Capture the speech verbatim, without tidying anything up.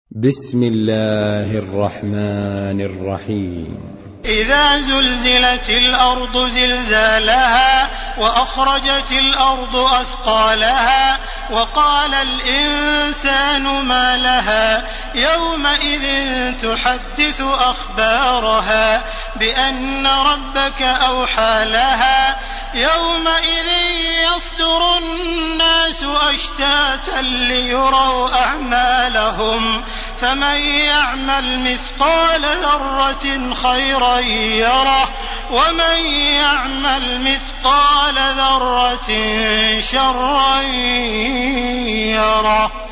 بسم الله الرحمن الرحيم إذا زلزلت الأرض زلزالها وأخرجت الأرض أثقالها وقال الإنسان ما لها يومئذ تحدث أخبارها بأن ربك أوحى لها يومئذ يصدر الناس أشتاتا ليروا أعمالهم فمن يعمل مثقال ذرة خيرا يره ومن يعمل مثقال ذرة شرا يره.